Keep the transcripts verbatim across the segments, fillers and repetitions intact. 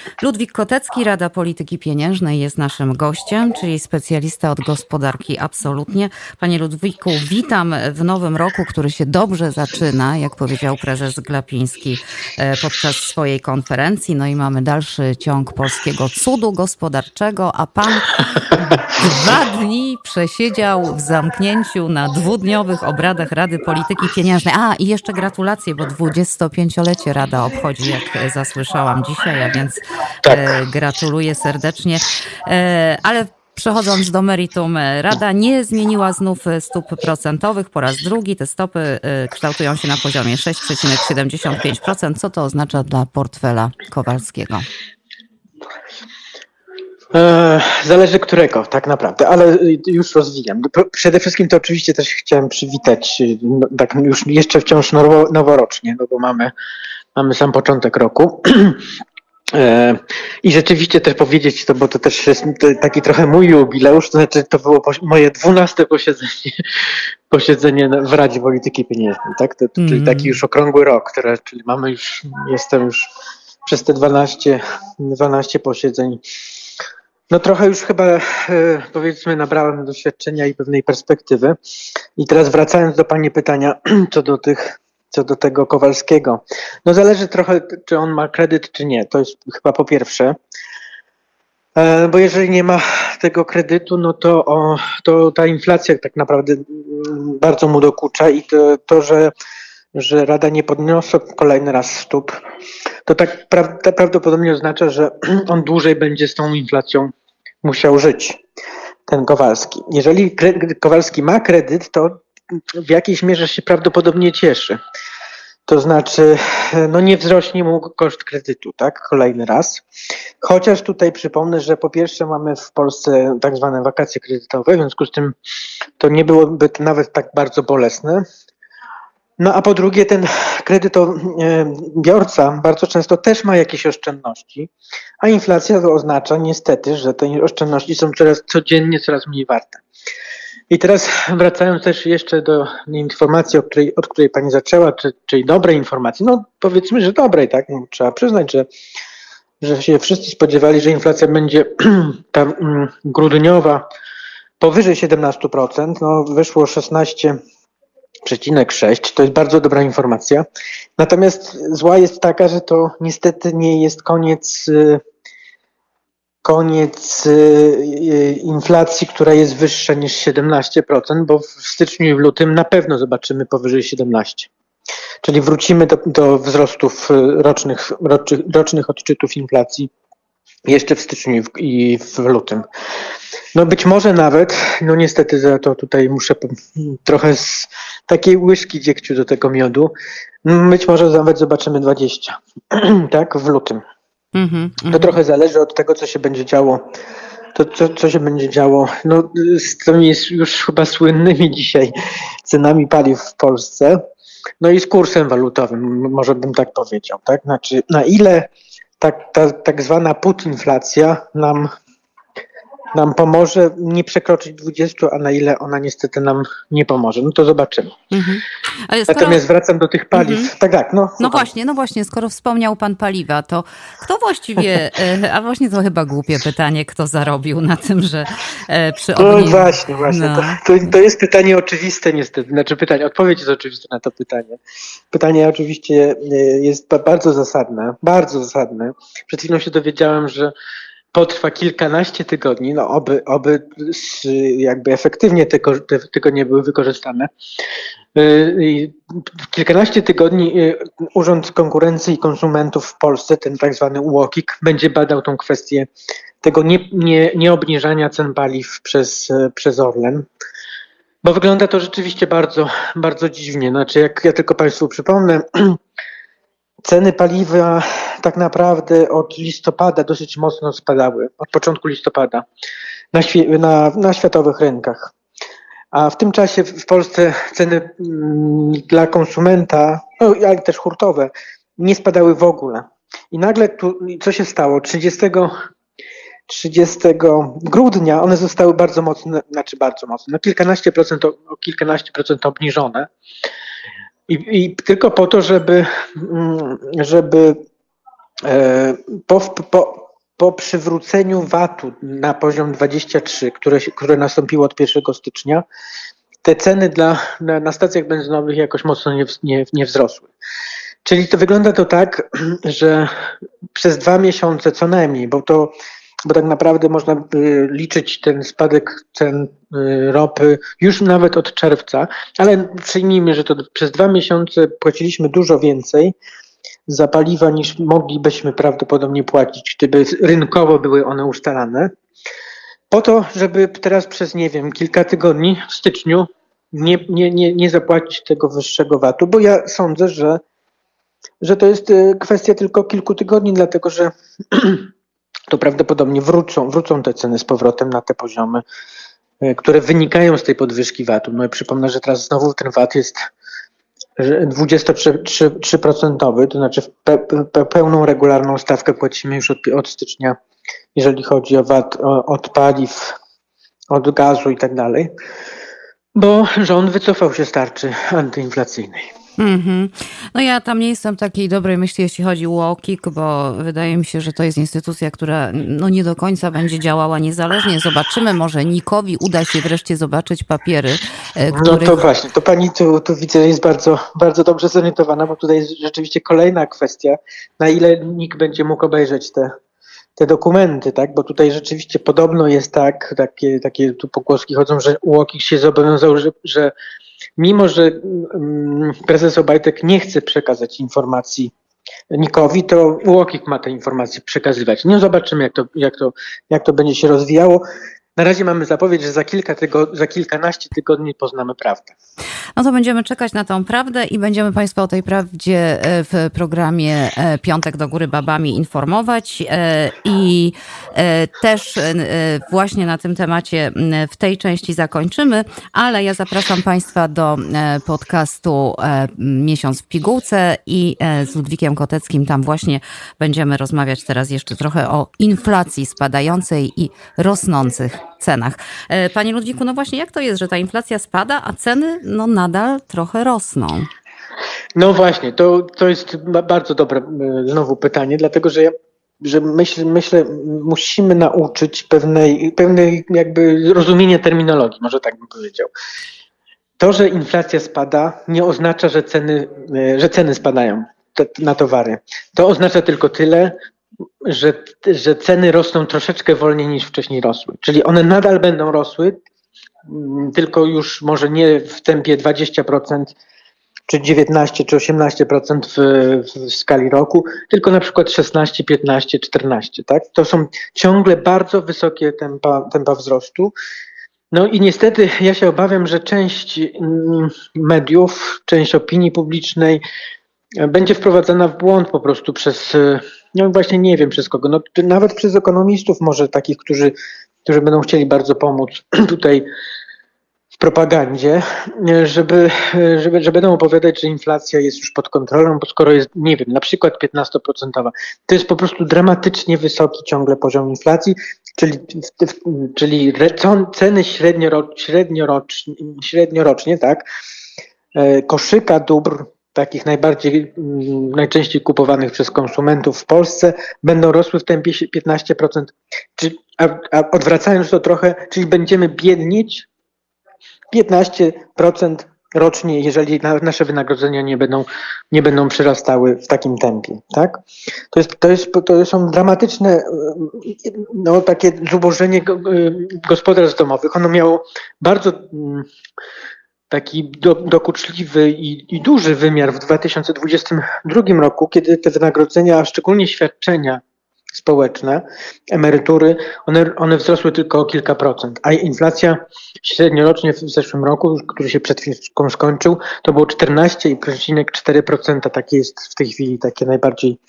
Ludwik Kotecki, Rada Polityki Pieniężnej jest naszym gościem, czyli specjalista od gospodarki absolutnie. Panie Ludwiku, witam w nowym roku, który się dobrze zaczyna, jak powiedział prezes Glapiński podczas swojej konferencji. No i mamy dalszy ciąg polskiego cudu gospodarczego, a pan dwa dni przesiedział w zamknięciu na dwudniowych obradach Rady Polityki Pieniężnej. A, i jeszcze gratulacje, bo dwudziestopięciolecie Rada obchodzi, jak zasłyszałam dzisiaj, a więc tak. e, gratuluję serdecznie. E, ale przechodząc do meritum, Rada nie zmieniła znów stóp procentowych po raz drugi. Te stopy e, kształtują się na poziomie sześć przecinek siedemdziesiąt pięć procent. Co to oznacza dla portfela Kowalskiego? Zależy którego, tak naprawdę, ale już rozwijam. Przede wszystkim to oczywiście też chciałem przywitać, tak już jeszcze wciąż nowo, noworocznie, no bo mamy, mamy sam początek roku. I rzeczywiście też powiedzieć to, bo to też jest taki trochę mój jubileusz, to znaczy to było moje dwunaste posiedzenie, posiedzenie w Radzie Polityki Pieniężnej, tak? To, to, czyli taki już okrągły rok, które, czyli mamy już, jestem już przez te dwanaście, dwanaście posiedzeń. No trochę już chyba powiedzmy nabrałem doświadczenia i pewnej perspektywy. I teraz wracając do pani pytania co do tych, co do tego Kowalskiego. No zależy trochę, czy on ma kredyt, czy nie. To jest chyba po pierwsze. Bo jeżeli nie ma tego kredytu, no to, o, to ta inflacja tak naprawdę bardzo mu dokucza i to, to że, że Rada nie podniosła kolejny raz stóp, to tak pra- to prawdopodobnie oznacza, że on dłużej będzie z tą inflacją musiał żyć, ten Kowalski. Jeżeli kre- Kowalski ma kredyt, to w jakiejś mierze się prawdopodobnie cieszy. To znaczy, no nie wzrośnie mu koszt kredytu, tak? Kolejny raz. Chociaż tutaj przypomnę, że po pierwsze mamy w Polsce tak zwane wakacje kredytowe, w związku z tym to nie byłoby to nawet tak bardzo bolesne. No a po drugie ten kredytobiorca bardzo często też ma jakieś oszczędności, a inflacja to oznacza niestety, że te oszczędności są coraz codziennie coraz mniej warte. I teraz wracając też jeszcze do informacji, od której, od której pani zaczęła, czy, czyli dobrej informacji, no powiedzmy, że dobrej, tak? No, trzeba przyznać, że, że się wszyscy spodziewali, że inflacja będzie ta mm, grudniowa powyżej siedemnaście procent, no wyszło szesnaście przecinek sześć, to jest bardzo dobra informacja. Natomiast zła jest taka, że to niestety nie jest koniec, koniec inflacji, która jest wyższa niż siedemnaście procent, bo w styczniu i w lutym na pewno zobaczymy powyżej siedemnaście procent. Czyli wrócimy do, do wzrostów rocznych, rocznych, rocznych odczytów inflacji jeszcze w styczniu i w, i w lutym. No być może nawet, no niestety za to tutaj muszę trochę z takiej łyżki dziegciu do tego miodu, być może nawet zobaczymy dwadzieścia, tak, w lutym. Mm-hmm, to mm-hmm. trochę zależy od tego, co się będzie działo, to co, co się będzie działo, no z tymi już chyba słynnymi dzisiaj cenami paliw w Polsce, no i z kursem walutowym, może bym tak powiedział, tak, znaczy na ile tak, ta tak zwana putinflacja nam nam pomoże nie przekroczyć dwudziestu, a na ile ona niestety nam nie pomoże. No to zobaczymy. Mhm. Ale skoro... Natomiast wracam do tych paliw. Mhm. Tak, tak. No, no właśnie, no właśnie, skoro wspomniał pan paliwa, to kto właściwie, a właśnie to chyba głupie pytanie, kto zarobił na tym, że przy ogniu... No właśnie, właśnie. No. To, to, to jest pytanie oczywiste niestety. Znaczy pytanie, odpowiedź jest oczywista na to pytanie. Pytanie oczywiście jest bardzo zasadne, bardzo zasadne. Przed chwilą się dowiedziałem, że potrwa kilkanaście tygodni, no oby, oby jakby efektywnie te, te tygodnie były wykorzystane. Kilkanaście tygodni Urząd Konkurencji i Konsumentów w Polsce, ten tak zwany U O K I K, będzie badał tą kwestię tego nie, nie, nieobniżania cen paliw przez, przez Orlen. Bo wygląda to rzeczywiście bardzo, bardzo dziwnie. Znaczy, jak ja tylko Państwu przypomnę, ceny paliwa tak naprawdę od listopada dosyć mocno spadały, od początku listopada na, świe- na, na światowych rynkach. A w tym czasie w Polsce ceny mm, dla konsumenta, no ale też hurtowe, nie spadały w ogóle. I nagle tu, co się stało? trzydziestego grudnia one zostały bardzo mocno, znaczy bardzo mocno, na kilkanaście procent, o kilkanaście procent obniżone. I, I tylko po to, żeby, żeby po, po, po przywróceniu vatu na poziom dwadzieścia trzy, które, które nastąpiło od pierwszego stycznia, te ceny dla, na, na stacjach benzynowych jakoś mocno nie, nie, nie wzrosły. Czyli to wygląda to tak, że przez dwa miesiące co najmniej, bo to bo tak naprawdę można by liczyć ten spadek cen ropy już nawet od czerwca, ale przyjmijmy, że to przez dwa miesiące płaciliśmy dużo więcej za paliwa niż moglibyśmy prawdopodobnie płacić, gdyby rynkowo były one ustalane. Po to, żeby teraz przez, nie wiem, kilka tygodni w styczniu nie, nie, nie, nie zapłacić tego wyższego vatu, bo ja sądzę, że, że to jest kwestia tylko kilku tygodni, dlatego że to prawdopodobnie wrócą, wrócą te ceny z powrotem na te poziomy, które wynikają z tej podwyżki vatu. No i przypomnę, że teraz znowu ten vat jest dwadzieścia trzy procent, to znaczy pe, pe, pełną regularną stawkę płacimy już od, od stycznia, jeżeli chodzi o vat o, od paliw, od gazu i tak dalej, bo rząd wycofał się z tarczy antyinflacyjnej. Mm-hmm. No ja tam nie jestem takiej dobrej myśli, jeśli chodzi o U O K I K, bo wydaje mi się, że to jest instytucja, która no nie do końca będzie działała niezależnie. Zobaczymy, może Nikowi uda się wreszcie zobaczyć papiery, których... No to właśnie, to pani tu, tu widzę jest bardzo, bardzo dobrze zorientowana, bo tutaj jest rzeczywiście kolejna kwestia, na ile N I K będzie mógł obejrzeć te te dokumenty, tak? Bo tutaj rzeczywiście podobno jest tak, takie, takie tu pogłoski chodzą, że U O K I K się zobowiązał, że, że mimo, że prezes Obajtek nie chce przekazać informacji Nikowi, to U O K I K ma te informacje przekazywać. No zobaczymy, jak to, jak to, jak to będzie się rozwijało. Na razie mamy zapowiedź, że za kilka tygo, za kilkanaście tygodni poznamy prawdę. No to będziemy czekać na tą prawdę i będziemy Państwa o tej prawdzie w programie Piątek do góry babami informować. I też właśnie na tym temacie w tej części zakończymy, ale ja zapraszam Państwa do podcastu Miesiąc w pigułce i z Ludwikiem Koteckim tam właśnie będziemy rozmawiać teraz jeszcze trochę o inflacji spadającej i rosnących cenach. Panie Ludwiku, no właśnie jak to jest, że ta inflacja spada, a ceny no nadal trochę rosną? No właśnie, to, to jest bardzo dobre znowu pytanie, dlatego że ja że myślę, myślę, musimy nauczyć pewnej, pewnej jakby rozumienia terminologii, może tak bym powiedział. To, że inflacja spada, nie oznacza, że ceny, że ceny spadają na towary. To oznacza tylko tyle, że, że ceny rosną troszeczkę wolniej niż wcześniej rosły. Czyli one nadal będą rosły, tylko już może nie w tempie dwadzieścia procent, czy dziewiętnaście, czy osiemnaście procent w, w skali roku, tylko na przykład szesnaście, piętnaście, czternaście. Tak? To są ciągle bardzo wysokie tempa, tempa wzrostu. No i niestety ja się obawiam, że część mediów, część opinii publicznej będzie wprowadzana w błąd po prostu przez, no właśnie nie wiem przez kogo, no nawet przez ekonomistów może takich, którzy, którzy będą chcieli bardzo pomóc tutaj w propagandzie, żeby, żeby, że będą opowiadać, że inflacja jest już pod kontrolą, bo skoro jest, nie wiem, na przykład piętnaście procent, to jest po prostu dramatycznie wysoki ciągle poziom inflacji, czyli, czyli ceny średniorocznie, średniorocznie, średniorocznie, tak, koszyka dóbr takich najbardziej, najczęściej kupowanych przez konsumentów w Polsce będą rosły w tempie piętnaście procent. A, a odwracając to trochę, czyli będziemy biednieć piętnaście procent rocznie, jeżeli nasze wynagrodzenia nie będą, nie będą przyrastały w takim tempie. Tak? To, jest, to, jest, to są dramatyczne, no, takie zubożenie gospodarstw domowych. Ono miało bardzo taki do, dokuczliwy i, i duży wymiar w dwa tysiące dwudziestym drugim roku, kiedy te wynagrodzenia, a szczególnie świadczenia społeczne, emerytury, one, one wzrosły tylko o kilka procent, a inflacja średniorocznie w zeszłym roku, który się przed chwilą skończył, to było czternaście przecinek cztery procent. Takie jest w tej chwili takie najbardziej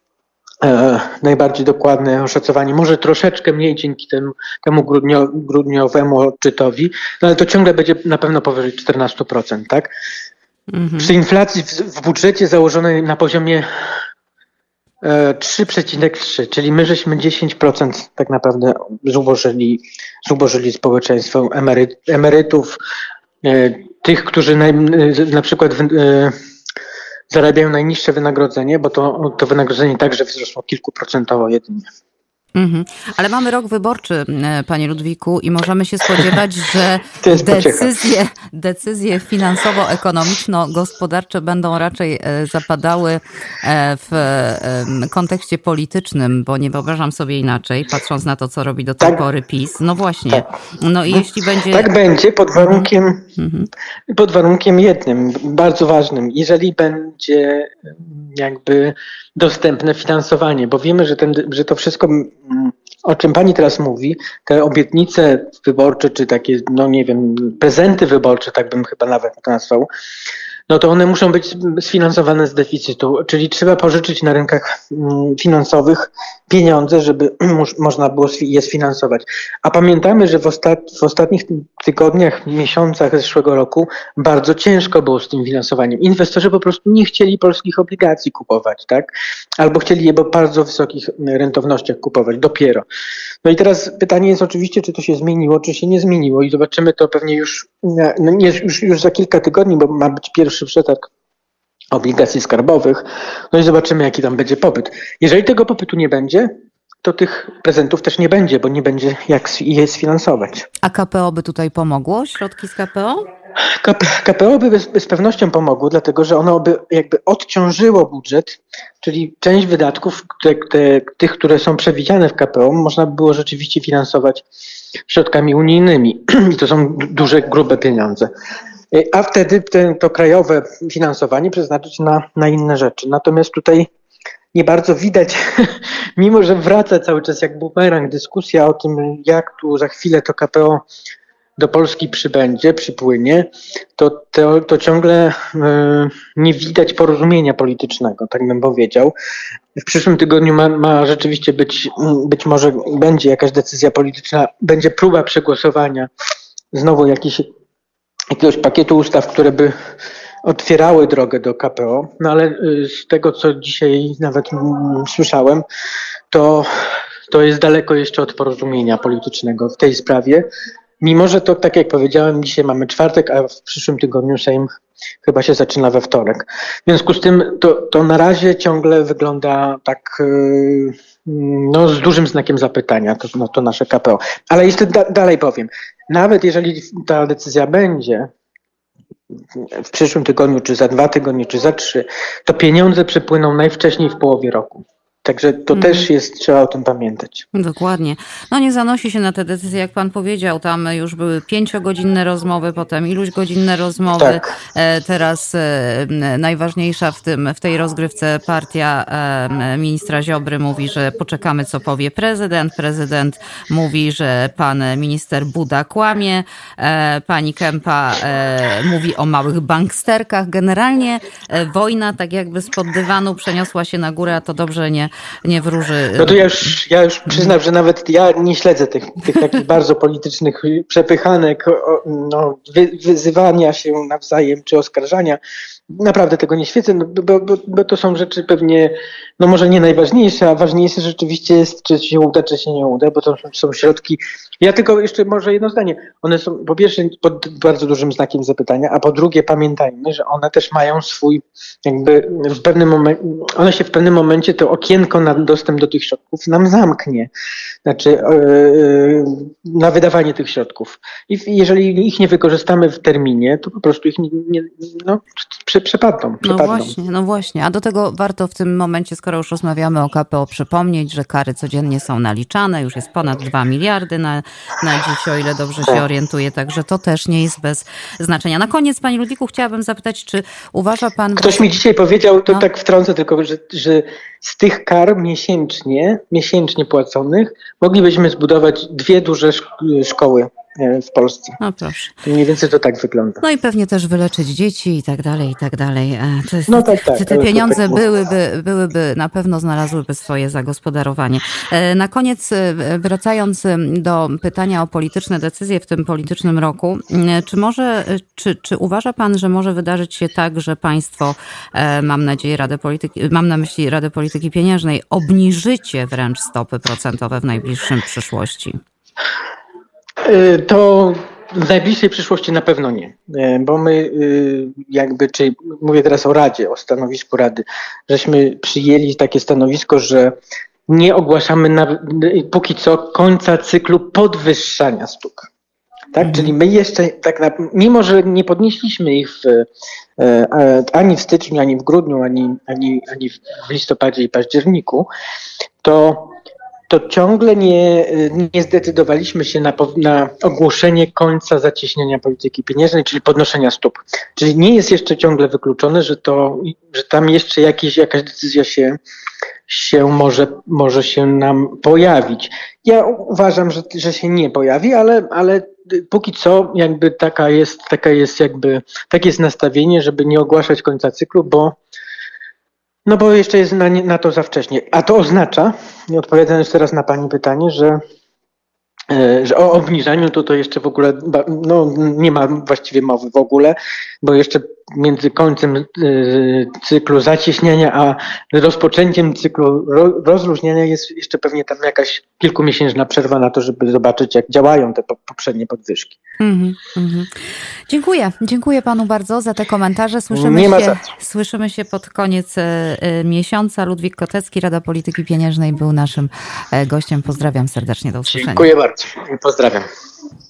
E, najbardziej dokładne oszacowanie, może troszeczkę mniej dzięki temu, temu grudnio, grudniowemu odczytowi, no ale to ciągle będzie na pewno powyżej czternaście procent, tak? Mm-hmm. Przy inflacji w, w budżecie założonej na poziomie e, trzy przecinek trzy, czyli my żeśmy dziesięć procent tak naprawdę zubożyli, zubożyli społeczeństwo emery, emerytów, e, tych, którzy naj, na przykład w, e, zarabiają najniższe wynagrodzenie, bo to, to wynagrodzenie także wzrosło kilkuprocentowo jedynie. Mhm. Ale mamy rok wyborczy, panie Ludwiku, i możemy się spodziewać, że decyzje, decyzje finansowo-ekonomiczno-gospodarcze będą raczej zapadały w kontekście politycznym, bo nie wyobrażam sobie inaczej, patrząc na to, co robi do tej tak, pory PiS. No właśnie. Tak. No i jeśli będzie... Tak będzie pod warunkiem, mhm. pod warunkiem jednym, bardzo ważnym. Jeżeli będzie jakby dostępne finansowanie, bo wiemy, że, ten, że to wszystko, o czym pani teraz mówi, te obietnice wyborcze, czy takie, no nie wiem, prezenty wyborcze, tak bym chyba nawet to nazwał, no to one muszą być sfinansowane z deficytu, czyli trzeba pożyczyć na rynkach finansowych pieniądze, żeby można było je sfinansować. A pamiętamy, że w, ostat, w ostatnich tygodniach, miesiącach zeszłego roku bardzo ciężko było z tym finansowaniem. Inwestorzy po prostu nie chcieli polskich obligacji kupować, tak? Albo chcieli je po bardzo wysokich rentownościach kupować, dopiero. No i teraz pytanie jest oczywiście, czy to się zmieniło, czy się nie zmieniło i zobaczymy to pewnie już, no nie, już, już za kilka tygodni, bo ma być pierwszy przetarg obligacji skarbowych, no i zobaczymy, jaki tam będzie popyt. Jeżeli tego popytu nie będzie, to tych prezentów też nie będzie, bo nie będzie jak je sfinansować. A K P O by tutaj pomogło? Środki z K P O? K P O by z pewnością pomogło, dlatego że ono by jakby odciążyło budżet, czyli część wydatków, te, te, tych, które są przewidziane w K P O, można by było rzeczywiście finansować środkami unijnymi. I to są duże, grube pieniądze. A wtedy te, to krajowe finansowanie przeznaczyć na, na inne rzeczy. Natomiast tutaj nie bardzo widać, mimo że wraca cały czas jak bumerang dyskusja o tym, jak tu za chwilę to K P O do Polski przybędzie, przypłynie, to, to, to ciągle y, nie widać porozumienia politycznego, tak bym powiedział. W przyszłym tygodniu ma, ma rzeczywiście być, być może będzie jakaś decyzja polityczna, będzie próba przegłosowania znowu jakiś, jakiegoś pakietu ustaw, które by otwierały drogę do K P O, no ale z tego, co dzisiaj nawet mm, słyszałem, to, to jest daleko jeszcze od porozumienia politycznego w tej sprawie. Mimo że to, tak jak powiedziałem, dzisiaj mamy czwartek, a w przyszłym tygodniu Sejm chyba się zaczyna we wtorek. W związku z tym to, to na razie ciągle wygląda tak no, z dużym znakiem zapytania, to, no, to nasze K P O. Ale jeszcze da, dalej powiem, nawet jeżeli ta decyzja będzie w przyszłym tygodniu, czy za dwa tygodnie, czy za trzy, to pieniądze przypłyną najwcześniej w połowie roku. Także to mm. też jest, trzeba o tym pamiętać. Dokładnie. No nie zanosi się na te decyzje, jak pan powiedział, tam już były pięciogodzinne rozmowy, potem iluś godzinne rozmowy. Tak. Teraz najważniejsza w tym, w tej rozgrywce partia ministra Ziobry mówi, że poczekamy, co powie prezydent. Prezydent mówi, że pan minister Buda kłamie. Pani Kempa mówi o małych banksterkach. Generalnie wojna tak jakby spod dywanu przeniosła się na górę, a to dobrze nie nie wróży. No to ja już, ja już przyznam, że nawet ja nie śledzę tych, tych takich bardzo politycznych przepychanek, no, wy, wyzywania się nawzajem czy oskarżania. Naprawdę tego nie świecę, no, bo, bo, bo to są rzeczy pewnie, no może nie najważniejsze, a ważniejsze rzeczywiście jest, czy się uda, czy się nie uda, bo to są środki. Ja tylko jeszcze może jedno zdanie. One są po pierwsze pod bardzo dużym znakiem zapytania, a po drugie pamiętajmy, że one też mają swój jakby w pewnym momencie, one się w pewnym momencie to okienko na dostęp do tych środków nam zamknie. Znaczy yy, na wydawanie tych środków. I jeżeli ich nie wykorzystamy w terminie, to po prostu ich nie, nie, no, przepadną. No właśnie, no właśnie. A do tego warto w tym momencie, skoro już rozmawiamy o K P O, przypomnieć, że kary codziennie są naliczane. Już jest ponad dwa miliardy na, na dziś, o ile dobrze się orientuję. Także to też nie jest bez znaczenia. Na koniec, panie Ludwiku, chciałabym zapytać, czy uważa pan... Ktoś mi dzisiaj powiedział, to no. tak wtrącę tylko, że, że z tych kar miesięcznie, miesięcznie płaconych moglibyśmy zbudować dwie duże szkoły w Polsce. No proszę. Mniej więcej to tak wygląda. No i pewnie też wyleczyć dzieci i tak dalej, i tak dalej. To jest, no tak, tak. Te, te pieniądze tak byłyby, byłyby, na pewno znalazłyby swoje zagospodarowanie. Na koniec, wracając do pytania o polityczne decyzje w tym politycznym roku, czy może, czy, czy uważa pan, że może wydarzyć się tak, że państwo, mam nadzieję, Radę Polityki, mam na myśli Radę Polityki Pieniężnej, obniżycie wręcz stopy procentowe w najbliższym przyszłości? To w najbliższej przyszłości na pewno nie, bo my jakby, czy mówię teraz o Radzie, o stanowisku Rady, żeśmy przyjęli takie stanowisko, że nie ogłaszamy na, póki co końca cyklu podwyższania stóp. Tak? Mhm. Czyli my jeszcze, tak na, mimo że nie podnieśliśmy ich w, ani w styczniu, ani w grudniu, ani, ani, ani w listopadzie i październiku, to to ciągle nie, nie zdecydowaliśmy się na, na ogłoszenie końca zacieśniania polityki pieniężnej, czyli podnoszenia stóp. Czyli nie jest jeszcze ciągle wykluczone, że, to, że tam jeszcze jakieś, jakaś decyzja się, się może, może się nam pojawić. Ja uważam, że, że się nie pojawi, ale, ale póki co jakby taka jest, taka jest jakby, takie jest nastawienie, żeby nie ogłaszać końca cyklu, bo No bo jeszcze jest na, na to za wcześnie. A to oznacza, odpowiadając teraz na pani pytanie, że, że o obniżaniu to to jeszcze w ogóle no, nie ma właściwie mowy w ogóle, bo jeszcze między końcem cyklu zacieśniania a rozpoczęciem cyklu rozluźniania jest jeszcze pewnie tam jakaś kilkumiesięczna przerwa na to, żeby zobaczyć, jak działają te poprzednie podwyżki. Mm-hmm, mm-hmm. Dziękuję. Dziękuję panu bardzo za te komentarze. Słyszymy, Nie ma się, za co. słyszymy się pod koniec miesiąca. Ludwik Kotecki, Rada Polityki Pieniężnej, był naszym gościem. Pozdrawiam serdecznie. Do usłyszenia. Dziękuję bardzo. Pozdrawiam.